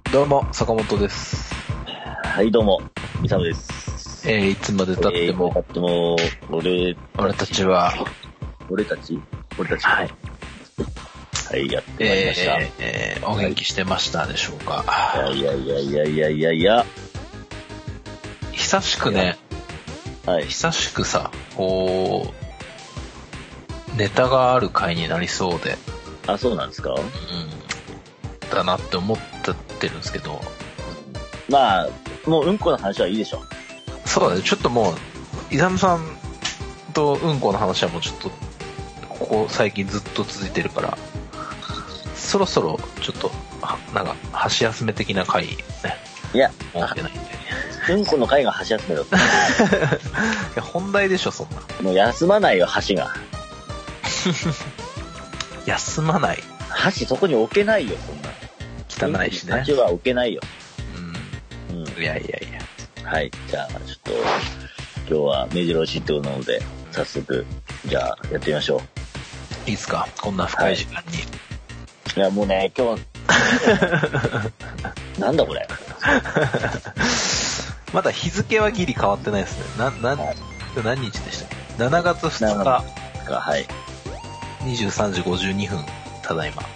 どうも坂本です。 はい、どうもイサムです。 いつまで経っても、 俺たちははい、やってまいりました。 お元気してましたでしょうか。 いや久しくね、 はい、 久しくさ、こうネタがある回になりそうで、 あ、そうなんですか。 だなって思ってるんですけど、 まあもううんこの話はいいでしょ。 そうだね、ちょっともうイサムさんとうんこの話はもうちょっとここ最近ずっと続いてるから、そろそろちょっとなんか箸休め的な回ね、 いや設けないんで、 うんこの回が箸休めだったいや本題でしょそんな。 もう休まないよ箸が休まない。 箸そこに置けないよ、そんな汚いしね。 箸は置けないよ。 いや。 はい、じゃあちょっと今日は目白押しってことなので、早速じゃあやってみましょう。いいっすか、こんな深い時間に。 いやもうね、今日なんだこれまだ日付はギリ変わってないですね。何日でしたっけ。7月2日。 はい。 23時52分、ただいま。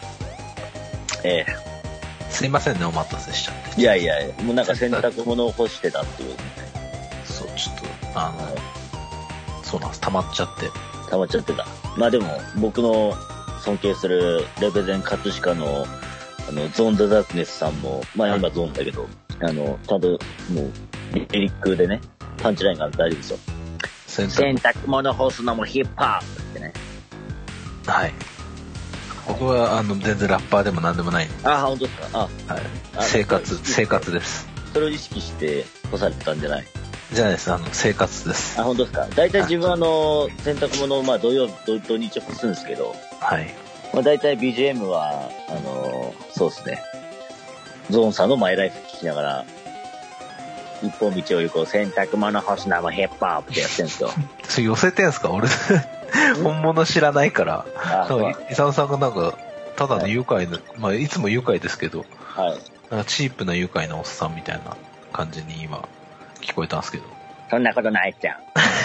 すいませんね、お待たせしちゃって。 いや、もうなんか洗濯物を干してたっていう。 そう、ちょっと、そうなんです、溜まっちゃって。 まあでも、僕の尊敬するレベゼン葛飾の、ゾーン・ザ・ダークネスさんも、まあ今ゾーンだけど、ちゃんともう、リリックでね、パンチラインが大丈夫ですよ。洗濯物干すのもヒップホップってね。 はい。僕は全然ラッパーでも何でもない。 あ、本当ですか。はい。 生活です。 それを意識して干されてたんじゃない？ じゃないです。生活です。 あ、本当ですか。大体自分洗濯物をまあ土日干すんですけど。 はい。 まあ大体 BGM はそうですね。ゾーンさんのマイライフ聞きながら一本道を行こう、洗濯物干すのもヒップホップってやってるんですよ。 それ寄せてんすか？俺本物知らないから。イサムさんがなんかただの愉快な、まあいつも愉快ですけど、 はい。 なんかチープな愉快なおっさんみたいな感じに今聞こえたんですけど。 そんなことないじゃん。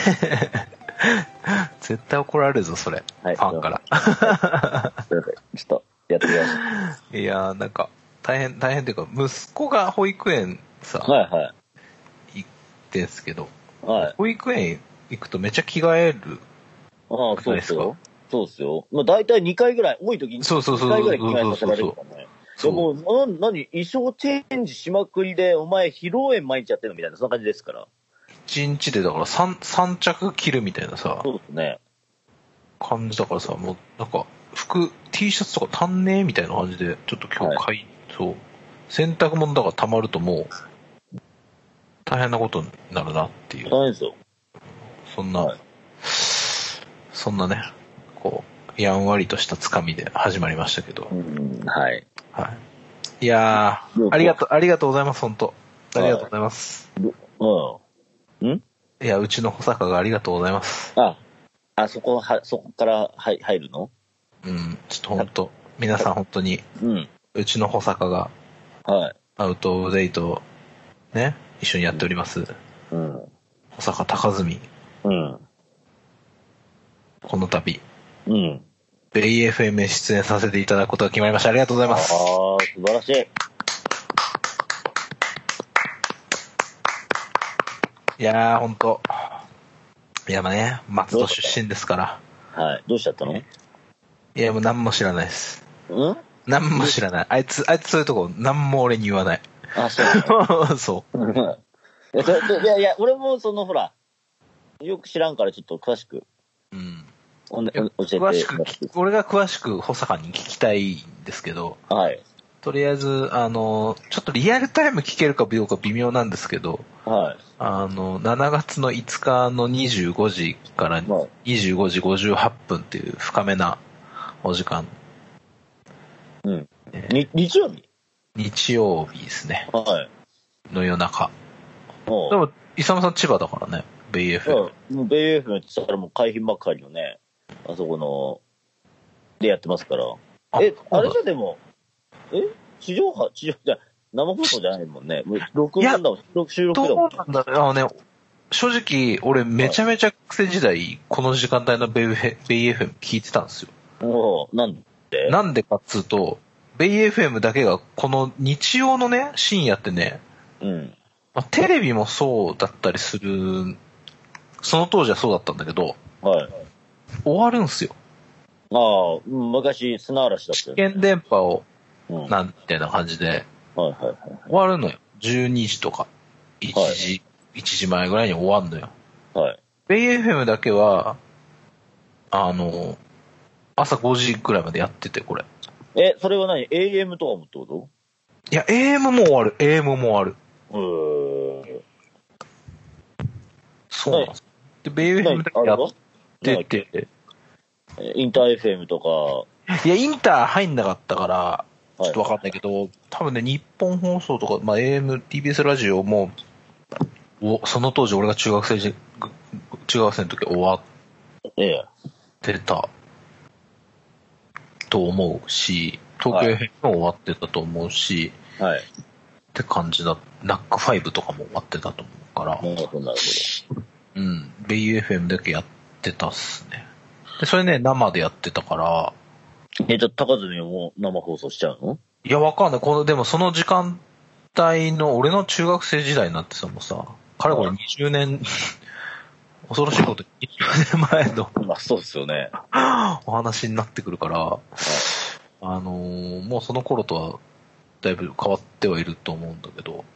絶対怒られるぞそれ、はい、ファンから。 ちょっとやってみましょう。いやー、なんか大変っていうか、息子が保育園さ、行ってんすけど、保育園行くとめっちゃ着替える。 ああ、そうですよ。そうですよ。まあ大体2回ぐらい、多い時に2回ぐらい着替えさせられるからね。でも衣装チェンジしまくりで、お前披露宴毎日やってるのみたいな、そんな感じですから。 1日でだから3着着るみたいなさ。 そうですね。 感じだからさ、もうなんかT シャツとか足んねえみたいな感じで、ちょっと今日そう。洗濯物だから溜まるともう、大変なことになるなっていう。 大変ですよ。 そんなね、こう、やんわりとしたつかみで始まりましたけど。 はい。 いやー、ありがとうございます、本当。ありがとうございます。いや、うちの保坂がありがとうございます。 そこから入るの？ ちょっと本当、皆さん本当に、うちの保坂が、アウト・オブ・デイトね、一緒にやっております。保坂高住。この度、ベイ FM へ出演させていただくことが決まりました。ありがとうございます。 素晴らしい。 いやー、ほんと。いや、まあね、松戸出身ですから。 はい。どうしちゃったの？ いや、もう何も知らないです。何も知らない。あいつそういうとこ何も俺に言わない。 そう。 そう。 いや、俺もほら、よく知らんからちょっと詳しく。教えて。 俺が詳しく保坂に聞きたいんですけど。 はい。 とりあえず、ちょっとリアルタイム聞けるかどうか微妙なんですけど、 はい。 7月の5日の25時から25時58分っていう深めなお時間。 日曜日？ 日曜日ですね。 はい。 の夜中。でも、イサムさん千葉だからね、ベイ FM。 もうベイ FM って言ったらもう海浜幕張のね、あそこの、でやってますから。あれじゃでも、地上波じゃ生放送じゃないもんね。録音だもん。収録だもん。 どうなんだろう。ね、正直、俺めちゃめちゃ学生時代、この時間帯のベイ FM 聞いてたんですよ。 なんでかっつうと、ベイ FM だけが、この日曜のね、深夜ってね、まあ、テレビもそうだったりする、その当時はそうだったんだけど、終わるんすよ。 昔砂嵐だったよね。試験電波を、なんてな感じで、終わるのよ。12時とか、1時前ぐらいに終わんのよ。ベイ FM だけは、朝5時くらいまでやってて、これ。 それは何 ?AM とかもってこと？ いや、AM も終わる。AM も終わる。そうなんです。で、ベイ FM だけやってて。 インター FM とか。 いや、インター入んなかったから、ちょっとわかんないけど、多分ね、日本放送とか、まあ、AM、TBS ラジオも、その当時俺が中学生の時終わってたと思うし、東京 FM も終わってたと思うし、って感じだ。ナック5とかも終わってたと思うから。 なるほど。 うん。ベイ FM だけやってたっすね。で、それね、生でやってたから。 じゃあ、高津にも生放送しちゃうの？ いや、わかんない。でもその時間帯の、俺の中学生時代になってさ、もうさ、かれこれ20年、恐ろしいこと、20年前のまあ、そうですよね。 お話になってくるから、もうその頃とは、だいぶ変わってはいると思うんだけど、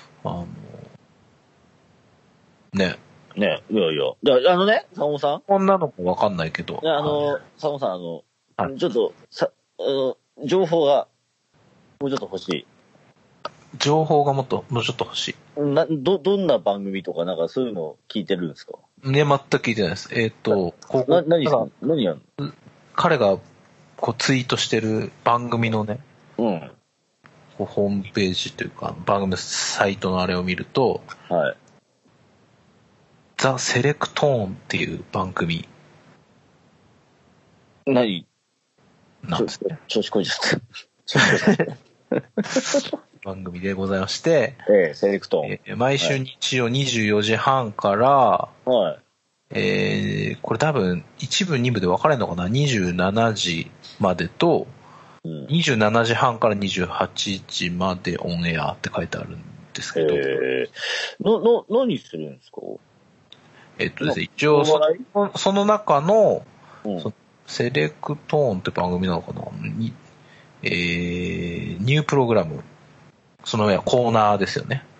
ね。 いや。坂本さん？ 女の子わかんないけど。 坂本さん、ちょっと、情報が、もうちょっと欲しい。 情報がもうちょっと欲しい。 どんな番組とかなんかそういうの聞いてるんですか？ ね、全く聞いてないです。 何やんの？ 彼がこうツイートしてる番組のね、ホームページというか、番組のサイトのあれを見ると、ザ・セレクトーンっていう番組。 何なんですね。 調子こいちゃった。 番組でございまして、 セレクトーン。毎週日曜24時半から、これ多分1部2部で分かれるのかな ?27 時までと、27時半から28時までオンエアって書いてあるんですけど。 何するんですか？ ですね、一応その中の、セレクトーンって番組なのかなニュープログラム。その上はコーナーですよね。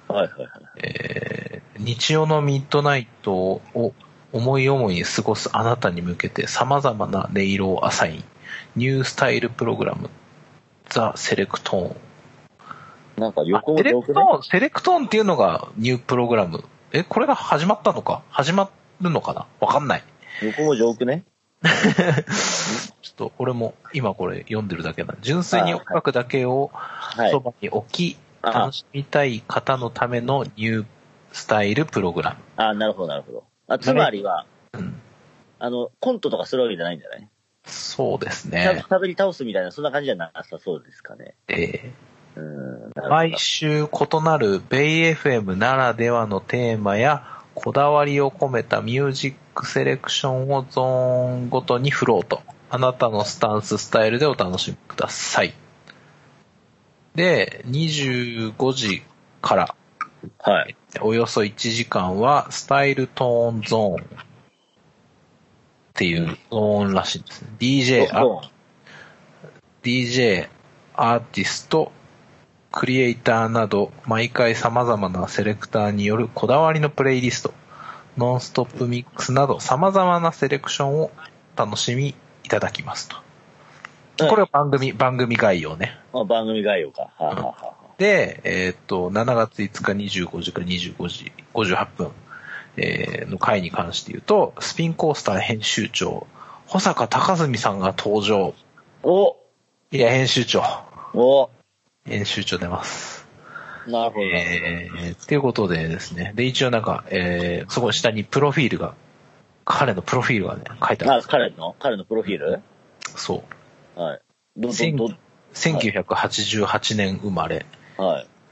日曜のミッドナイトを思い思いに過ごすあなたに向けて様々な音色をアサイン。ニュースタイルプログラム。ザ・セレクトーン。 なんか横セレクトーンっていうのがニュープログラム。これが始まったのか始まるのかなわかんない。 横も上手ね。 ちょっと俺も今これ読んでるだけだ。純粋に音楽だけをそばに置き、楽しみたい方のためのニュースタイルプログラム。 なるほど。つまりは、コントとかするわけじゃないんじゃない？ そうですね。 喋り倒すみたいな、そんな感じじゃなさそうですかね。 毎週異なるベイ FM ならではのテーマやこだわりを込めたミュージックセレクションをゾーンごとにフロート。あなたのスタンス、スタイルでお楽しみください。で、25時から、およそ1時間はスタイルトーンゾーンっていうゾーンらしいんですね。DJ、アーティスト、クリエイターなど毎回様々なセレクターによるこだわりのプレイリスト、ノンストップミックスなど様々なセレクションを楽しみいただきますと。これは番組概要ね。 番組概要か。 で、7月5日25時から25時58分、の回に関して言うと、スピンコースター編集長、保坂隆文さんが登場。いや、編集長。編集長出ます。 なるほど。 っていうことでですね。で、一応なんか、そこ下にプロフィールが、彼のプロフィールがね、書いてある。 彼のプロフィール？ そう。 はい。 1988年生まれ。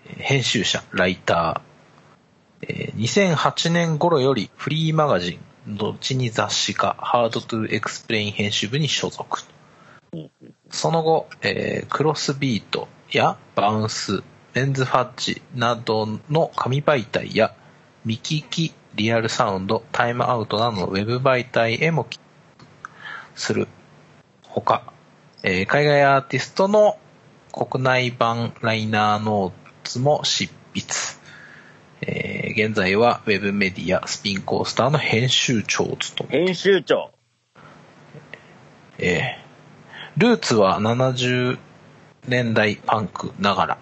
編集者、ライター、2008年頃よりフリーマガジン、後に雑誌化、ハードトゥエクスプレイン編集部に所属。その後、クロスビートやバウンス、メンズファッジなどの紙媒体や見聞き、リアルサウンド、タイムアウトなどのウェブ媒体へも寄付するほか、海外アーティストの国内版ライナーノーツも執筆。現在はウェブメディアスピンコースターの編集長を務め。 編集長。 ルーツは70年代パンクながら。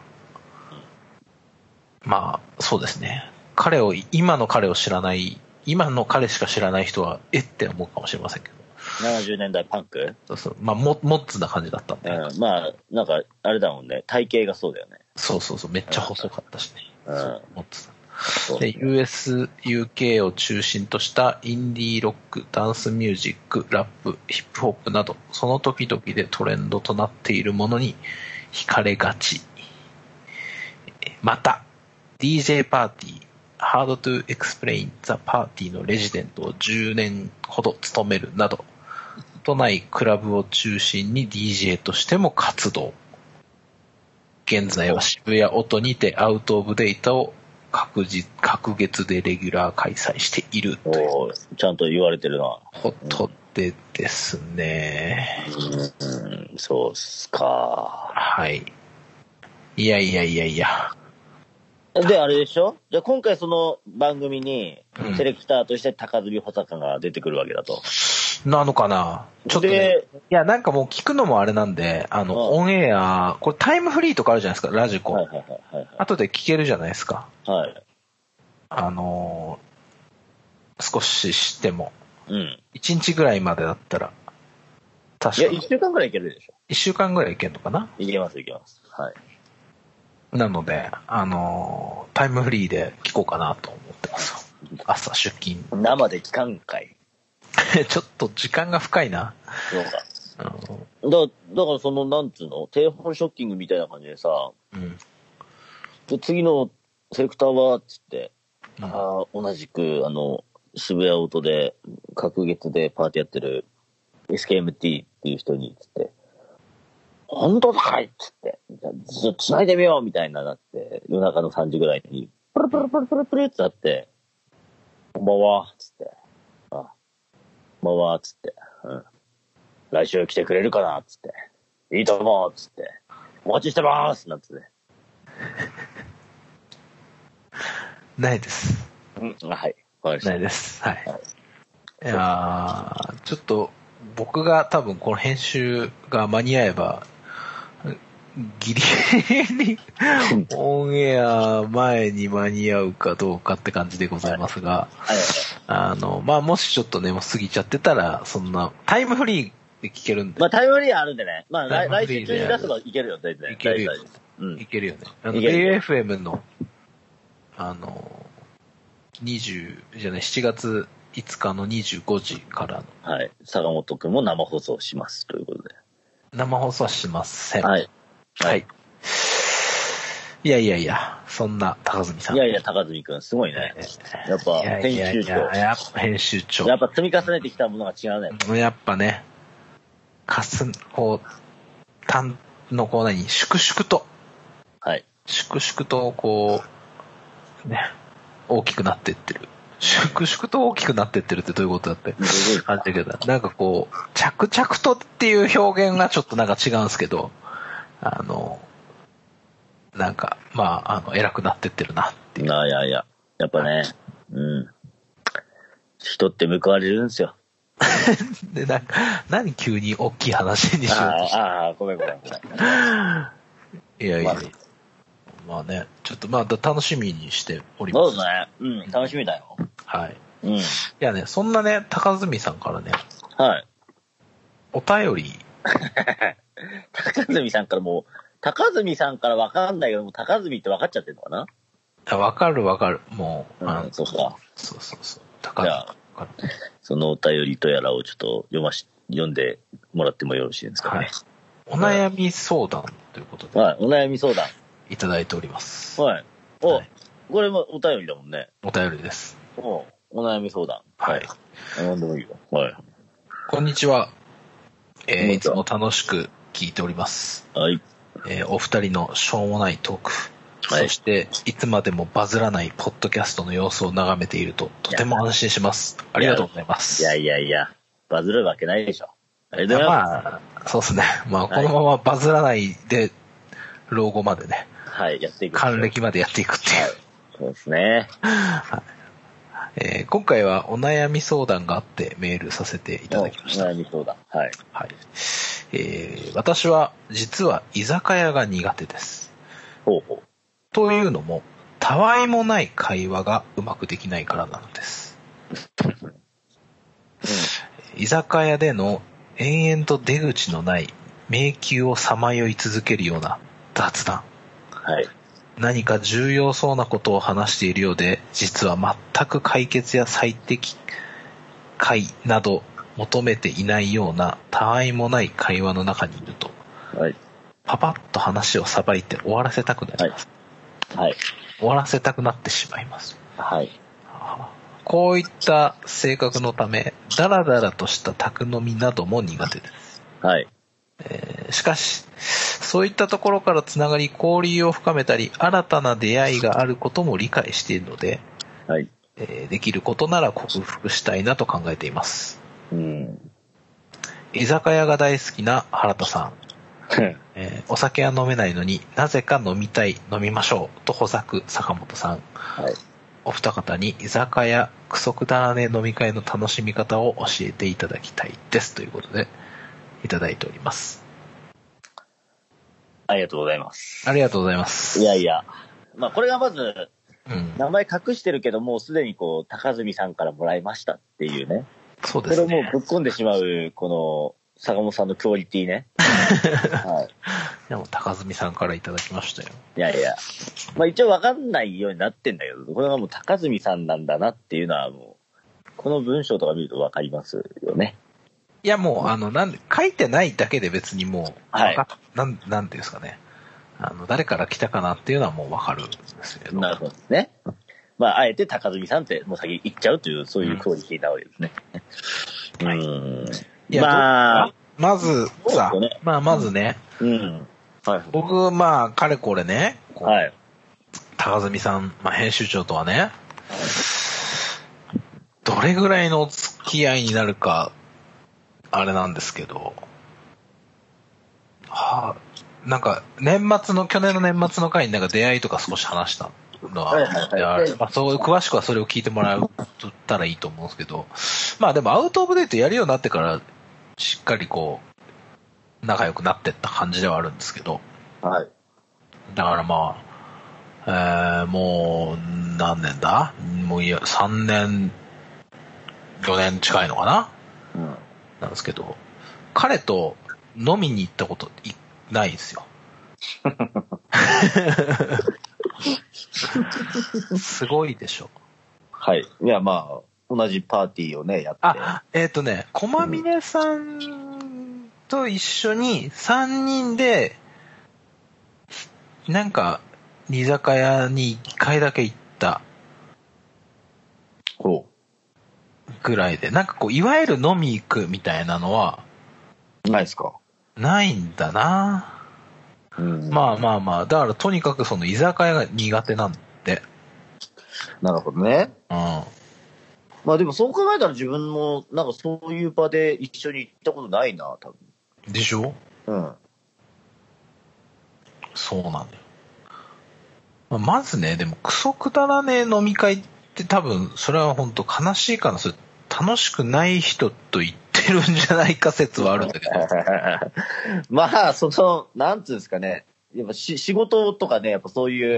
まあ、そうですね。今の彼しか知らない人は、って思うかもしれませんけど。 70年代パンク？ そうそう。まあ、モッツな感じだったんで。 まあ、なんか、あれだもんね。体型がそうだよね。 そうそうそう。めっちゃ細かったしね。モッツだ。で、 そうね。 US、UK を中心としたインディーロック、ダンスミュージック、ラップ、ヒップホップなど、その時々でトレンドとなっているものに惹かれがち。また、DJ パーティー、Hard to Explain the Party のレジデントを10年ほど務めるなど、都内クラブを中心に DJ としても活動。現在は渋谷音にてアウトオブデータを隔月でレギュラー開催しているという。 ちゃんと言われてるな。 ことでですね。 そうっすか。 はい。いや。 で、あれでしょ？じゃあ今回その番組にセレクターとして高積穂坂が出てくるわけだと。 なのかなちょっとね。いや、なんかもう聞くのもあれなんで、オンエア、これタイムフリーとかあるじゃないですか、ラジコ。後で聞けるじゃないですか。 はい。 少ししても。 うん。 1日ぐらいまでだったら。確かに。 いや、1週間ぐらいいけるでしょ。 1週間ぐらいいけるのかないけます。はい。 なので、タイムフリーで聞こうかなと思ってますよ。朝出勤。 生で聞かんかい。 ちょっと時間が深いな。 そうか。だからその、なんつうの、低本ショッキングみたいな感じでさ、で次のセレクターは、つって、同じく、渋谷音で、隔月でパーティーやってる SKMT っていう人に、つって、本当だかいっつって、じゃあ繋いでみようみたいななって、夜中の3時ぐらいに、プルプルプルプルプルってなって、こんばんは、つって、こんばんは、つって、来週来てくれるかな、つって、いいと思う、つって、お待ちしてまーす、なんつって。 ないです。 はい。 ないです。はい。いやちょっと、僕が多分この編集が間に合えば、ギリギリにオンエア前に間に合うかどうかって感じでございますが、まあもしちょっとね、もう過ぎちゃってたら、そんな、タイムフリーで聞けるんで。 まあタイムフリーあるんでね。まあ来週中に出せばいけるよ、全然。 いけるよ。いけるよね。AFM の、7月5日の25時からの。 はい。坂本くんも生放送します。ということで。 生放送はしません。 はい。 はい。いや、そんな高住さん。 いや、高住くん、すごいね。やっぱ、編集長。 やっぱ編集長。 やっぱ積み重ねてきたものが違うね。 やっぱね、単のこう粛々と。 はい。 粛々と、こう、ね、大きくなっていってる。粛々と大きくなっていってるってどういうことだって感じだけど、なんかこう、着々とっていう表現がちょっとなんか違うんですけど、なんか、まあ、偉くなってってるなっていう。 いや、やっぱね、人って報われるんですよ。 で、何急に大きい話にしようとして。 ごめん。いや。まあね、ちょっとまあ楽しみにしております。 そうですね。楽しみだよ。 はい。いやね、そんなね、高住さんからね。 はい。 お便り。 高住さんからわかんないけど、高住ってわかっちゃってるのかな？ わかる。もう。 そうか。 そう。高住。 そのお便りとやらをちょっと読んでもらってもよろしいですかね。 はい。お悩み相談ということで。 はい、お悩み相談。 いただいております。 はい。 はい、 これもお便りだもんね。 お便りです。 お悩み相談。 はい。 なんでもいいよ。はい。 こんにちは。いつも楽しく聞いております。 はい。 お二人のしょうもないトーク。はい、そして、いつまでもバズらないポッドキャストの様子を眺めていると、とても安心します。ありがとうございます。 いや、バズるわけないでしょ。 まあ、そうですね。まあ、このままバズらないで、老後までね。 はい、やっていく。 還暦までやっていくっていう。はい、 そうですね。 はい、今回はお悩み相談があってメールさせていただきました。 お悩み相談。はい。 はい。私は実は居酒屋が苦手です。 ほうほう。 というのも、たわいもない会話がうまくできないからなのです。居酒屋での延々と出口のない迷宮をさまよい続けるような雑談。 はい。 何か重要そうなことを話しているようで、実は全く解決や最適解など求めていないようなたわいもない会話の中にいると、 はい、 パパッと話をさばいて終わらせたくなります。 はい。 終わらせたくなってしまいます。 はい。 こういった性格のため、ダラダラとした宅飲みなども苦手です。 はい。 しかし、そういったところからつながり交流を深めたり、新たな出会いがあることも理解しているので、 はい。 できることなら克服したいなと考えています。居酒屋が大好きな原田さん。お酒は飲めないのになぜか飲みたい、飲みましょうとほざく坂本さん。 はい。 お二方に居酒屋クソくだらね飲み会の楽しみ方を教えていただきたいですということでいただいております。 ありがとうございます。 ありがとうございます。 いや、まあこれがまず、名前隠してるけどもうすでにこう高住さんからもらいましたっていうね。 そうですね。 これもうぶっ込んでしまうこの坂本さんのクオリティね。はい。 でも高住さんからいただきましたよ。 いや、まあ一応わかんないようになってんだけど、これがもう高住さんなんだなっていうのはもうこの文章とか見るとわかりますよね。 いやもうなんで書いてないだけで別にもう、 はい、 なんていうんですかね。誰から来たかなっていうのはもうわかるんですけど。 なるほどね。まああえて高住さんってもう先言っちゃうというそういうクオリティなわけですね。 いや、まあまずさ、ね、まずね、はい、僕かれこれね、 はい、 高住さん、編集長とはね、どれぐらいのお付き合いになるかあれなんですけど、なんか去年の年末の回になんか出会いとか少し話したのは、そう詳しくはそれを聞いてもらったらいいと思うんですけど、でもアウトオブデートやるようになってからしっかりこう仲良くなってった感じではあるんですけど、 はい。 だからもう何年だ？もう3年4年近いのかな、なんですけど、彼と飲みに行ったことないんですよ。すごいでしょ。 はい。いや、同じパーティーをね、やって。 駒峰さんと一緒に3人で、なんか、居酒屋に1回だけ行った。ぐらいで、なんかこう、いわゆる飲み行くみたいなのは、 ないですか？ ないんだな。だからとにかくその居酒屋が苦手なんで。 なるほどね。でもそう考えたら自分もなんかそういう場で一緒に行ったことないな、多分。 でしょ？そうなんだよ。まずね、でもクソくだらねえ飲み会って多分、それは本当悲しいかな。それ楽しくない人と言ってるんじゃないか説はあるんだけど。 なんつうんですかね。やっぱ仕事とかね、やっぱそういう、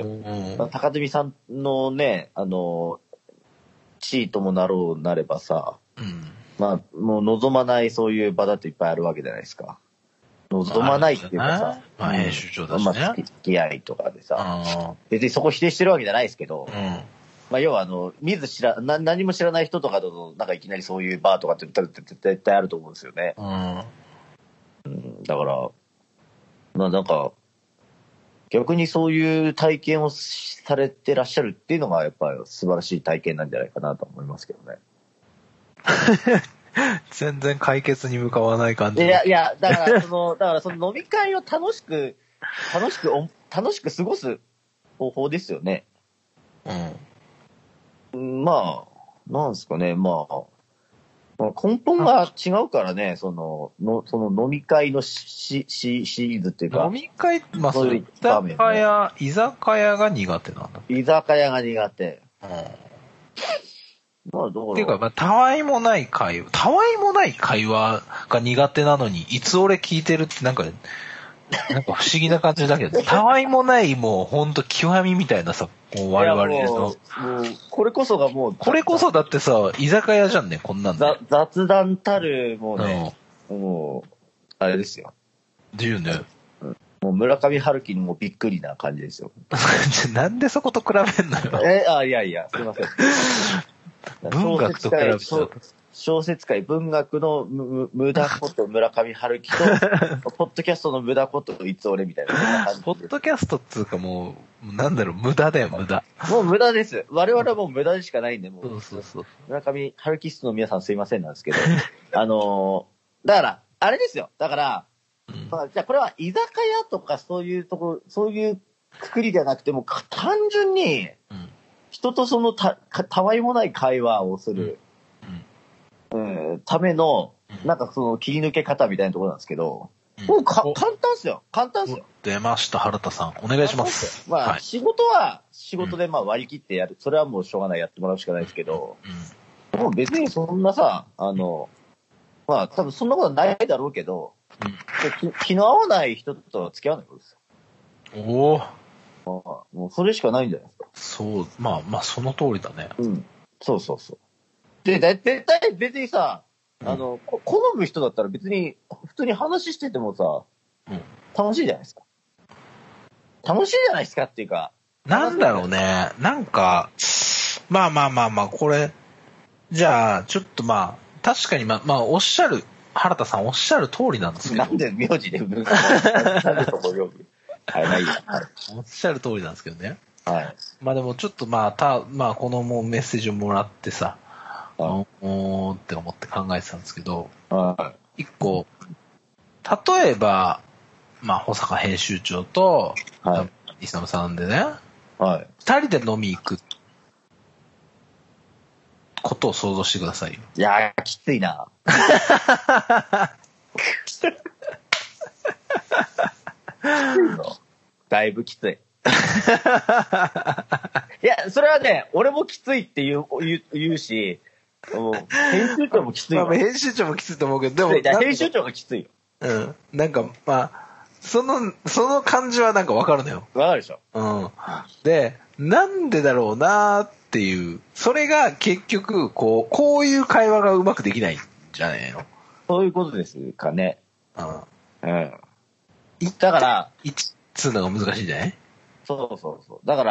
高住さんのね、地位ともなればさ、もう望まないそういう場だといっぱいあるわけじゃないですか。望まないっていうかさ、 編集長だしね。 付き合いとかでさ、別にそこ否定してるわけじゃないですけど、要は何も知らない人とかだと、なんかいきなりそういうバーとかって絶対あると思うんですよね。だから、なんか、 逆にそういう体験をされてらっしゃるっていうのがやっぱり素晴らしい体験なんじゃないかなと思いますけどね。 全然解決に向かわない感じ。 いや、だからその飲み会を楽しく過ごす方法ですよね。まあ、なんですかね、まあ、根本が違うからね、その飲み会のシリーズっていうか。 飲み会、まあ、そういう居酒屋が苦手なんだ。 居酒屋が苦手。まあ、どうっていうか、まあ、たわいもない会話が苦手なのに、いつ俺聞いてるってなんか不思議な感じだけど、たわいもないもうほんと極みみたいなさ、我々の。もうこれこそだってさ、居酒屋じゃんね、こんなんで。 雑談たる、もうね、もう、あれですよ。 自由ね。 もう村上春樹にもびっくりな感じですよ。 なんでそこと比べんのよ。 いや、すいません。 文学と比べちゃう。 小説界、文学の無駄こと村上春樹と、ポッドキャストの無駄こといつ俺みたいな感じ。 ポッドキャストっつうかもう、なんだろう、無駄だよ、無駄。 もう無駄です。我々はもう無駄でしかないんで、もう。 そう。 村上春樹ストの皆さんすいませんなんですけど、だから、あれですよ。だから、まあ、じゃあこれは居酒屋とかそういうところ、そういうくくりではなくても、単純に、人とそのたわいもない会話をする、ための、なんかその切り抜け方みたいなところなんですけど、もう簡単ですよ。 出ました、原田さん。お願いします。 まあ、はい、仕事は仕事でまあ割り切ってやる。それはもうしょうがない、やってもらうしかないですけど、もう別にそんなさ、まあ多分そんなことないだろうけど、気の合わない人と付き合わないことですよ。 おお。 まあ、もうそれしかないんじゃないですか。 そう、まあその通りだね。 そう。で、絶対別にさ、好む人だったら別に、普通に話しててもさ、楽しいじゃないですか。楽しいじゃないですかっていうか。 なんだろうね。なんか、まあ、これ、じゃあ、ちょっとまあ、確かにまあ、原田さんおっしゃる通りなんですけど。 なんで名字でなんでそこ呼ぶないや。 おっしゃる通りなんですけどね。 はい。 まあでもちょっとまあ、このもうメッセージをもらってさ、おーって思って考えてたんですけど、一個、例えば、まあ、保坂編集長と、イサムさんでね、二人で飲み行くことを想像してくださいよ。 いやー、きついな。だいぶきつい。いや、それはね、俺もきついって言うし、編集長もきついよ。 編集長もきついと思うけど、 でも。編集長がきついよ。 なんか、まあ、その感じはなんかわかるのよ。 わかるでしょ。 で、なんでだろうなーっていう、それが結局、こういう会話がうまくできないんじゃないの？ そういうことですかね。 だから、 一つうのが難しいんじゃない？ そう。だから、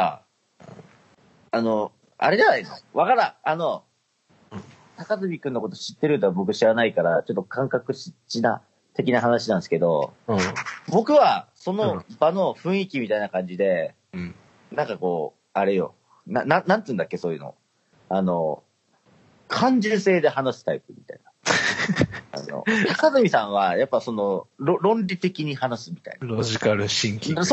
あれじゃないの？わからん。高住くんのこと知ってるとは僕知らないから、ちょっと感覚的な話なんですけど、僕はその場の雰囲気みたいな感じで、なんかこう、あれよ、なんつうんだっけ、そういうの。感受性で話すタイプみたいな。高住さんは、やっぱ論理的に話すみたいな。 ロジカルシンキング。 そう、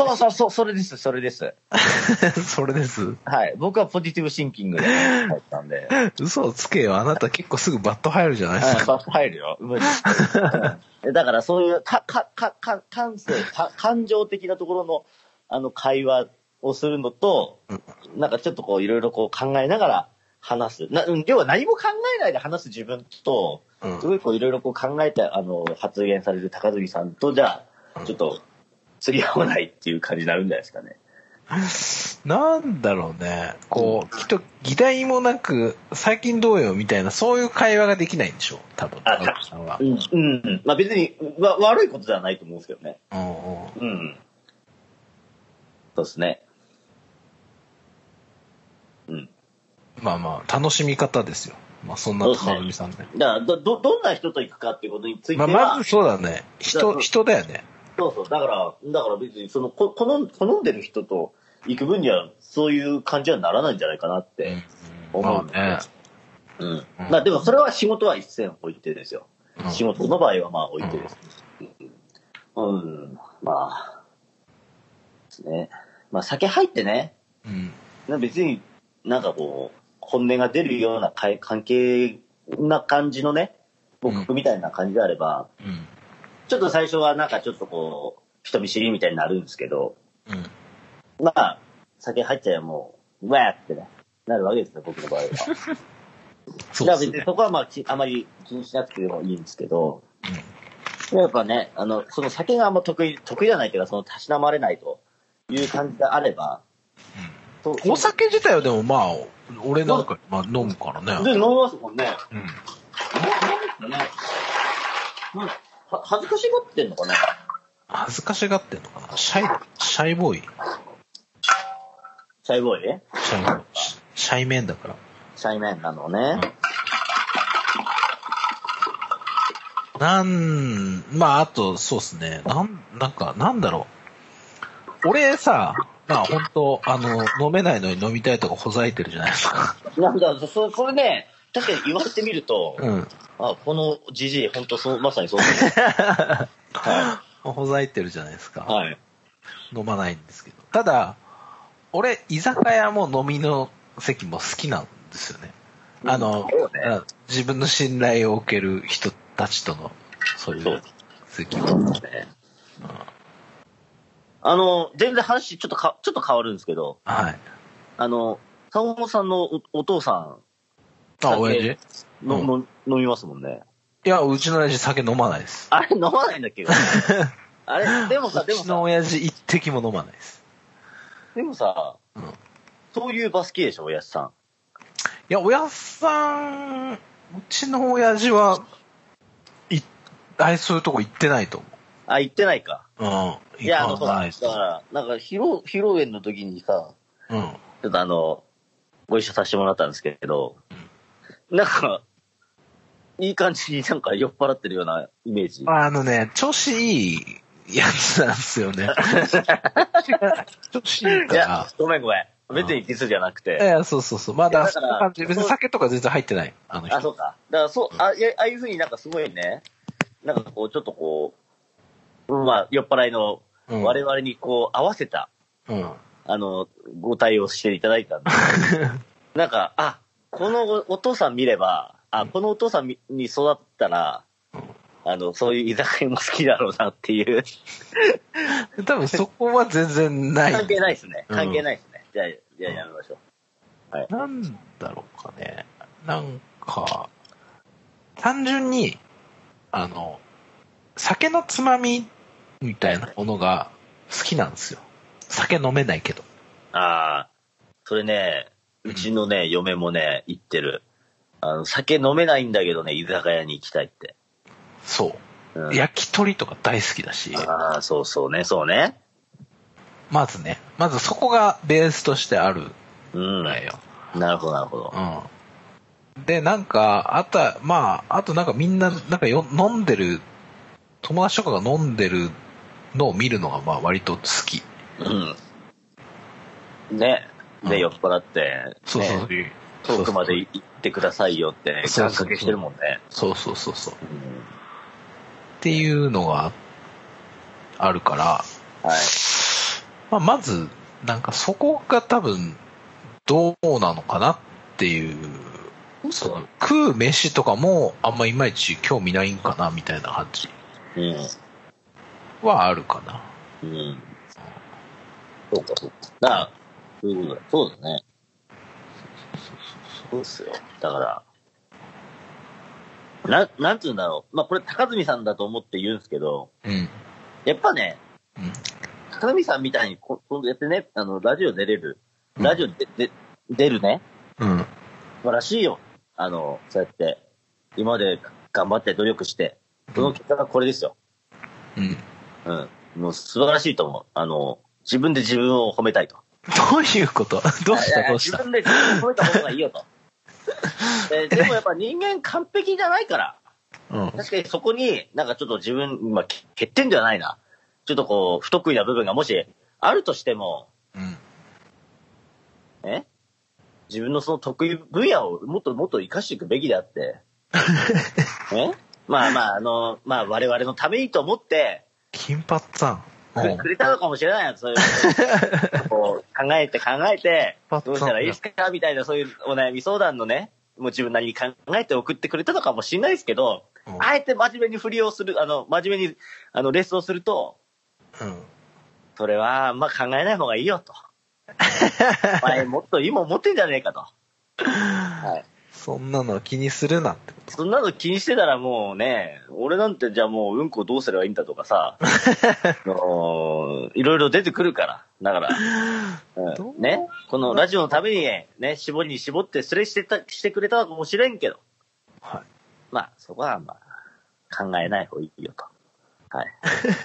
それです。 それです。 はい。僕はポジティブシンキングで入ったんで。 嘘をつけよ。あなた結構すぐバット入るじゃないですか。 バット入るよ。だからそういう、感情的なところの、会話をするのと、なんかちょっとこう、いろいろこう考えながら話す。要は何も考えないで話す自分と、すごいこういろいろこう考えて、発言される高住さんと、じゃあ、ちょっと、釣り合わないっていう感じになるんじゃないですかね。 なんだろうね。こう、きっと議題もなく、最近どうよみたいな、そういう会話ができないんでしょう、多分。高住さんは。 まあ別に、悪いことではないと思うんですけどね。そうですね。 まあ、楽しみ方ですよ。まあそんな高住さんね。 だからどんな人と行くかっていうことについては。 まずそうだね。人だよね。 そうそう。だから別に、好んでる人と行く分には、そういう感じはならないんじゃないかなって思うんですよ。うん。まあでもそれは仕事は一線置いてですよ。仕事の場合はまあ置いてです。まあ、ですね。まあ酒入ってね、別になんかこう、本音が出るような関係な感じのね、僕みたいな感じであれば、ちょっと最初はなんかちょっとこう、人見知りみたいになるんですけど、まあ、酒入っちゃえばもう、うわーってね、なるわけですよ、僕の場合は。そうですね。別にそこはまあ、あまり気にしなくてもいいんですけど、やっぱね、その酒があんま得意じゃないというか、そのたしなまれないという感じであれば、 お酒自体はでもまあ、俺なんか、まあ飲むからね。 で、飲みますもんね。飲むね。恥ずかしがってんのかな？ 恥ずかしがってんのかな？シャイボーイ。 シャイボーイね。 シャイメンだから。 シャイメンなのね。 まああと、そうっすね。なんだろう。俺さ、まあ本当飲めないのに飲みたいとかほざいてるじゃないですか。 なんだ、これね、確かに言われてみると、このジジイ、本当まさにそうですね。 はい。ほざいてるじゃないですか。 はい。 飲まないんですけど。ただ、俺、居酒屋も飲みの席も好きなんですよね。自分の信頼を受ける人たちとの、そういう席を。 全然話ちょっと変わるんですけど、 はい。 坂本さんのお父さん、 親父飲みますもんね。 いや、うちの親父酒飲まないです。 あれ飲まないんだっけど。あれ、でもさ、 うちの親父一滴も飲まないです。 でもさ、そういうバスケでしょ、親父さん。 いや、親さん、うちの親父は、そういうとこ行ってないと思う。 あ、行ってないか。 いや、 だから、なんか、披露宴の時にさ、ちょっとご一緒させてもらったんですけど、なんか、いい感じになんか酔っ払ってるようなイメージ。 調子いいやつなんですよね。調子いいから。いや、 ごめん。別にディスじゃなくて。 いや、そう。まだ、そういう感じ。別に酒とか全然入ってない。 あ、そうか。だからああいう風になんかすごいね、なんかこう、ちょっとこう、まあ、酔っ払いの我々にこう、合わせた、ご対応していただいたんで。なんか、このお父さん見れば、このお父さんに育ったら、そういう居酒屋も好きだろうなっていう。 多分そこは全然ない。 関係ないですね。じゃあやめましょう。はい。 なんだろうかね。なんか、単純に、酒のつまみみたいなものが好きなんですよ。酒飲めないけど。 それね、うちのね、嫁もね、言ってる。酒飲めないんだけどね、居酒屋に行きたいって。 そう。焼き鳥とか大好きだし。 そうね。 まずそこがベースとしてあるんだよ。 なるほど。 で、なんか、あとなんかみんな、なんか飲んでる、友達とかが飲んでるのを見るのがまあ割と好き。 ね。で、酔っ払って、遠くまで行ってくださいよって、願掛けしてるもんね。 そう。っていうのがあるから、まず、なんかそこが多分、どうなのかなっていう、食う飯とかもあんまいまいち興味ないんかなみたいな感じはあるかな。 そうか。そうだね。そうっすよ。だから、なんつうんだろう。まあ、これ高住さんだと思って言うんですけど、やっぱね、高住さんみたいにこうやってね、ラジオ出れる。ラジオで出るね。素晴らしいよ。そうやって、今まで頑張って努力して、その結果がこれですよ。もう素晴らしいと思う。自分で自分を褒めたいと。 どういうこと？どうした自分で自分を褒めた方がいいよと。でもやっぱ人間完璧じゃないから。確かにそこになんかちょっと自分、欠点ではないな。 ちょっとこう、不得意な部分がもしあるとしても、自分のその得意分野をもっともっと活かしていくべきであって、まあ我々のためにと思って、 金髪さん。 くれたのかもしれないよ、そういうこう考えて、どうしたらいいですかみたいな、そういうお悩み相談のね、もう自分なりに考えて送ってくれたのかもしれないですけど、あえて真面目に振りをする、真面目にレッスンをすると、それはまあ考えない方がいいよと。もっといいもん持ってんじゃねえかと。はい。 そんなの気にするなってこと。 そんなの気にしてたらもうね、俺なんてじゃあもううんこどうすればいいんだとかさ、いろいろ出てくるから。だから、ね、このラジオのためにね、絞りに絞ってスレしてくれたのかもしれんけど、 はい。 まあそこはまあ考えない方がいいよと。はい。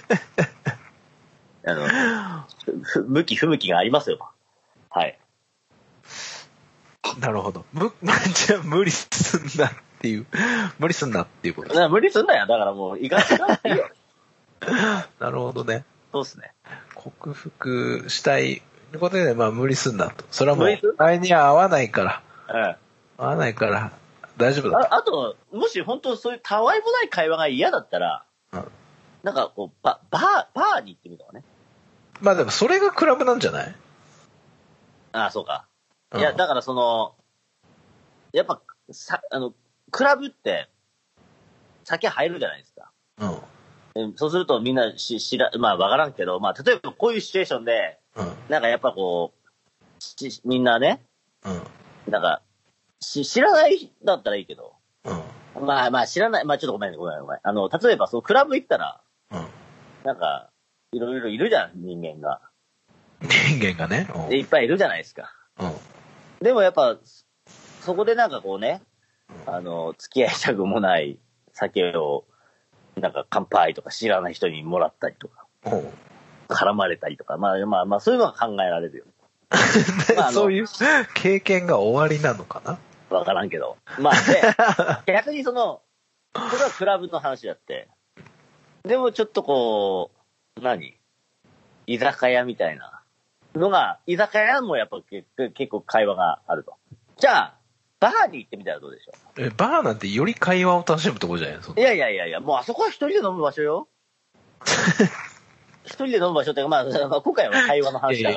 向き不向きがありますよ。はい。 なるほど。じゃあ無理すんなっていうことです。 無理すんなよ。だからもう、いかないいよ。 なるほどね。 そうですね。 克服したいことで、まあ無理すんなと。それはもう、前には合わないから。合わないから、大丈夫だと。 あと、もし本当そういうたわいもない会話が嫌だったら、なんかこう、バーに行ってみたわね。 まあでもそれがクラブなんじゃない？ ああ、そうか。いや、だからやっぱ、クラブって、酒入るじゃないですか。そうするとみんなまあわからんけど、まあ例えばこういうシチュエーションで、なんかやっぱこう、みんなね、なんか、知らないだったらいいけど、まあ知らない、まあちょっとごめん。例えばクラブ行ったら、なんか、いろいろいるじゃん、人間が。 人間がね。 いっぱいいるじゃないですか。でもやっぱ、そこでなんかこうね、付き合いしたくもない酒を、なんか乾杯とか知らない人にもらったりとか、絡まれたりとか、まあそういうのが考えられるよ。 そういう経験が終わりなのかな？ わからんけど。まあで、逆にそれはクラブの話だって、でもちょっとこう、居酒屋みたいなのが、居酒屋もやっぱ結構会話があると。じゃあ、バーに行ってみたらどうでしょう？バーなんてより会話を楽しむところじゃないですか。 いや、もうあそこは一人で飲む場所よ。一人で飲む場所って、まあ、今回は会話の話だから、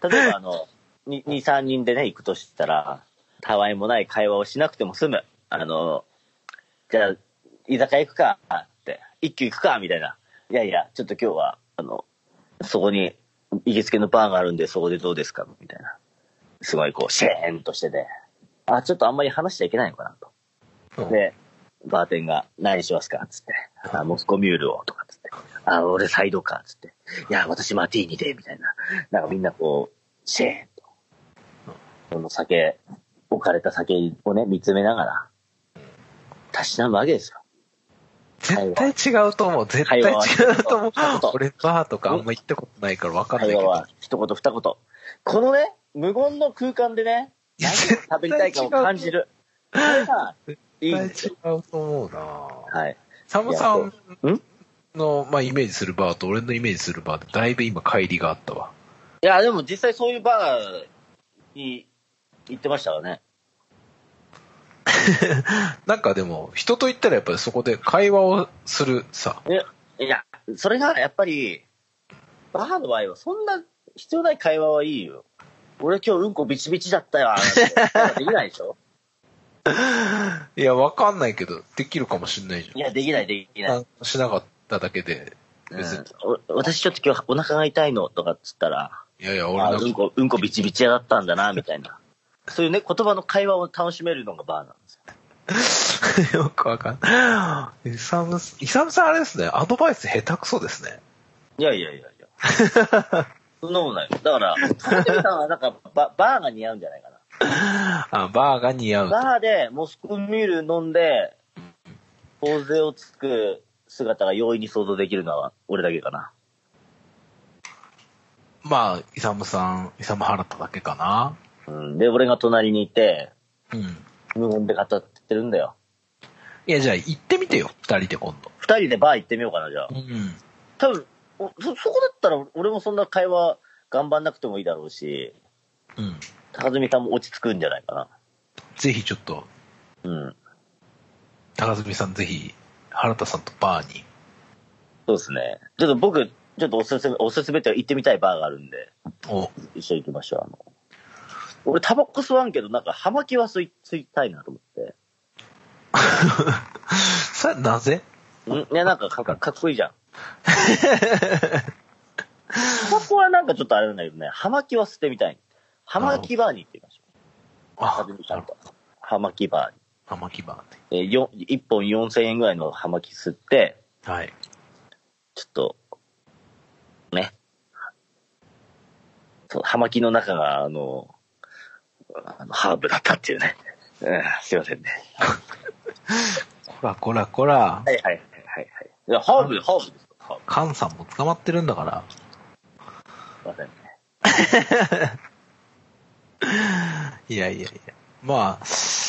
例えば2、3人でね、行くとしたら、たわいもない会話をしなくても済む。じゃあ、居酒屋行くかって、一休行くかみたいな。いや、ちょっと今日は、そこに、行きつけのバーがあるんで、そこでどうですかみたいな。すごいこう、シェーンとしてて、ちょっとあんまり話しちゃいけないのかなと。で、バーテンが、何しますかつって。モスコミュールを、とかつって。俺サイドかつって。いや、私マティーニで、みたいな。なんかみんなこう、シェーンと。その置かれた酒をね、見つめながら、たしなむわけですよ。 絶対違うと思う。俺バーとかあんま行ったことないから分かんないけど。 会話は一言二言。このね、無言の空間でね、何を食べたいかを感じる。それがいいんですよ。 絶対違うと思うな。 はい。 サムさんの、まあ、イメージするバーと俺のイメージするバーってだいぶ今乖離があったわ。 いや、でも実際そういうバーに行ってましたからね。 なんかでも、人と言ったらやっぱりそこで会話をするさ。 いや、それがやっぱり、バーの場合はそんな必要ない会話はいいよ。俺今日うんこビチビチだったよ。できないでしょ？ いや、わかんないけど、できるかもしんないじゃん。 いや、できない。 しなかっただけで、 別に。私ちょっと今日お腹が痛いのとかっつったら、 いや、俺うんこビチビチだったんだな、みたいな。そういうね、言葉の会話を楽しめるのがバーなんですよ。よくわかんない。イサムさんあれですね、アドバイス下手くそですね。 いや。そんなもんない。だから、サンテミさんはなんかバーが似合うんじゃないかな。 バーが似合う。 バーでモスコミュール飲んで、頬杖をつく姿が容易に想像できるのは俺だけかな。 まあ、イサム原田だけかな。 で、俺が隣にいて、無言で語ってるんだよ。 いや、じゃあ行ってみてよ、二人で今度。 二人でバー行ってみようかな、じゃあ。多分、 そこだったら俺もそんな会話頑張んなくてもいいだろうし、 うん。 高住さんも落ち着くんじゃないかな。 ぜひちょっと、 うん。 高住さんぜひ、原田さんとバーに。 そうですね。ちょっと僕、ちょっとおすすめって行ってみたいバーがあるんで、一緒に行きましょう。俺タバコ吸わんけど、なんか葉巻は吸いたいなと思って。 それなぜ？ いや、なんかかっこいいじゃん。タバコはなんかちょっとあれなんだけどね、葉巻は吸ってみたい。葉巻バーに行ってみましょう。 あ、 葉巻バーに。 葉巻バーに。1本4000円ぐらいの葉巻吸って、 はい。 ちょっと、ね。そう、葉巻の中が、ハーブだったっていうね。すいませんね。 こら。 はい。いや、ハーブですか？ カンさんも捕まってるんだから。 すいませんね。 いや。まあ、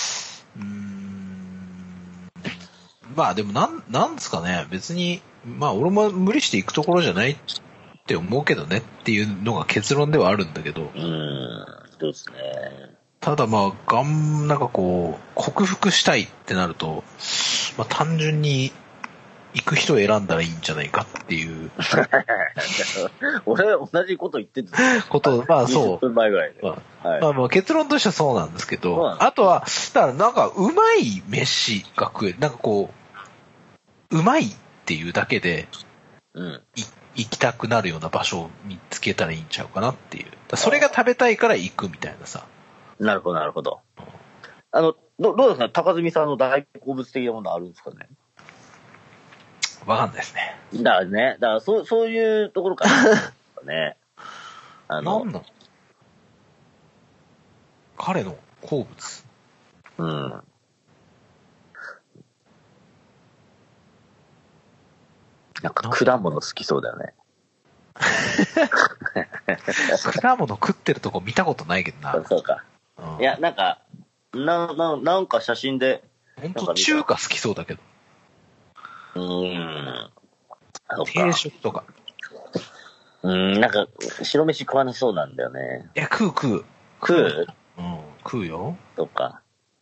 まあでもなんですかね。別に、まあ俺も無理して行くところじゃないって思うけどねっていうのが結論ではあるんだけど。 そうですね。 ただまあ、なんかこう、克服したいってなると、まあ単純に行く人を選んだらいいんじゃないかっていう。 俺、同じこと言ってた。 まあそう。 20分前ぐらいで。 まあ結論としてはそうなんですけど、あとは、だからなんかうまい飯が食える。なんかこう、うまいっていうだけで、行きたくなるような場所を見つけたらいいんちゃうかなっていう。それが食べたいから行くみたいなさ。 なるほど。どうですか？高住さんの大好物的なものあるんですかね？ わかんないですね。 だからそういうところからね。 なんだ彼の好物。 なんか果物好きそうだよね。 果物食ってるとこ見たことないけどな。 そうか。いや、なんか写真で。 ほんと中華好きそうだけど。定食とか。 なんか、白飯食わなそうなんだよね。 いや、食う。食うよ。 とか。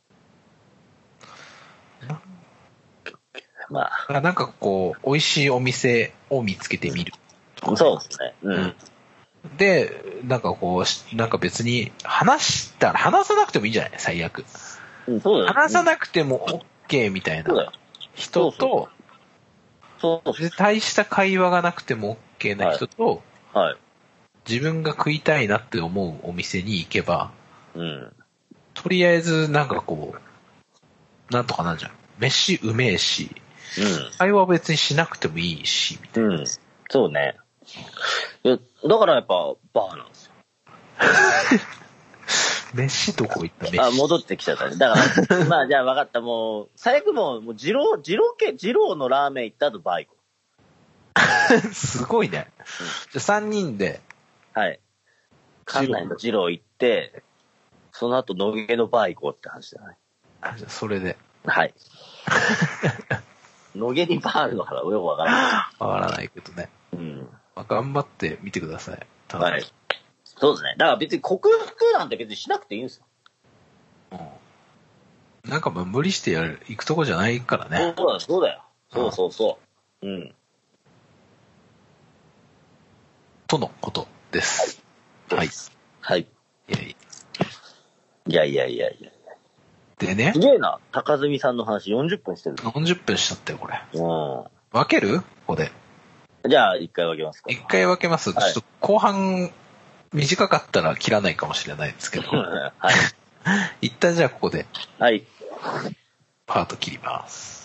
まあ。なんかこう、美味しいお店を見つけてみる。 そうですね。 で、なんかこう、なんか別に話さなくてもいいんじゃない？最悪。 そうだよ。 話さなくても OK みたいな人と、大した会話がなくても OK な人と、自分が食いたいなって思うお店に行けば、とりあえずなんかこう、なんとかなんじゃん。飯うめえし、会話別にしなくてもいいし、みたいな。 そうね。だからやっぱバーなんですよ。 飯どこ行った飯。 戻ってきちゃったね。だから、まあじゃあ分かった。もう、最悪もう、二郎のラーメン行った後バー行こう。すごいね。じゃあ3人で。 はい。関内の二郎行って、その後野毛のバー行こうって話だね。 じゃあそれで。 はい。野毛にバーあるのかな？よくわからない。 わからないけどね。まあ、頑張ってみてください。 はい。そうですね。だから別に克服なんて別にしなくていいんですよ。 なんか無理して行くとこじゃないからね。 そうだよ。そう。 とのことです。はい。 はい。いや。 でね。 すげえな。高住さんの話40分してる。 40分しちゃったよ、これ。分ける？ここで。 じゃあ、一回分けますか。 一回分けます。ちょっと後半、短かったら切らないかもしれないですけど。 はい。 一旦じゃあここで。 はい。 パート切ります。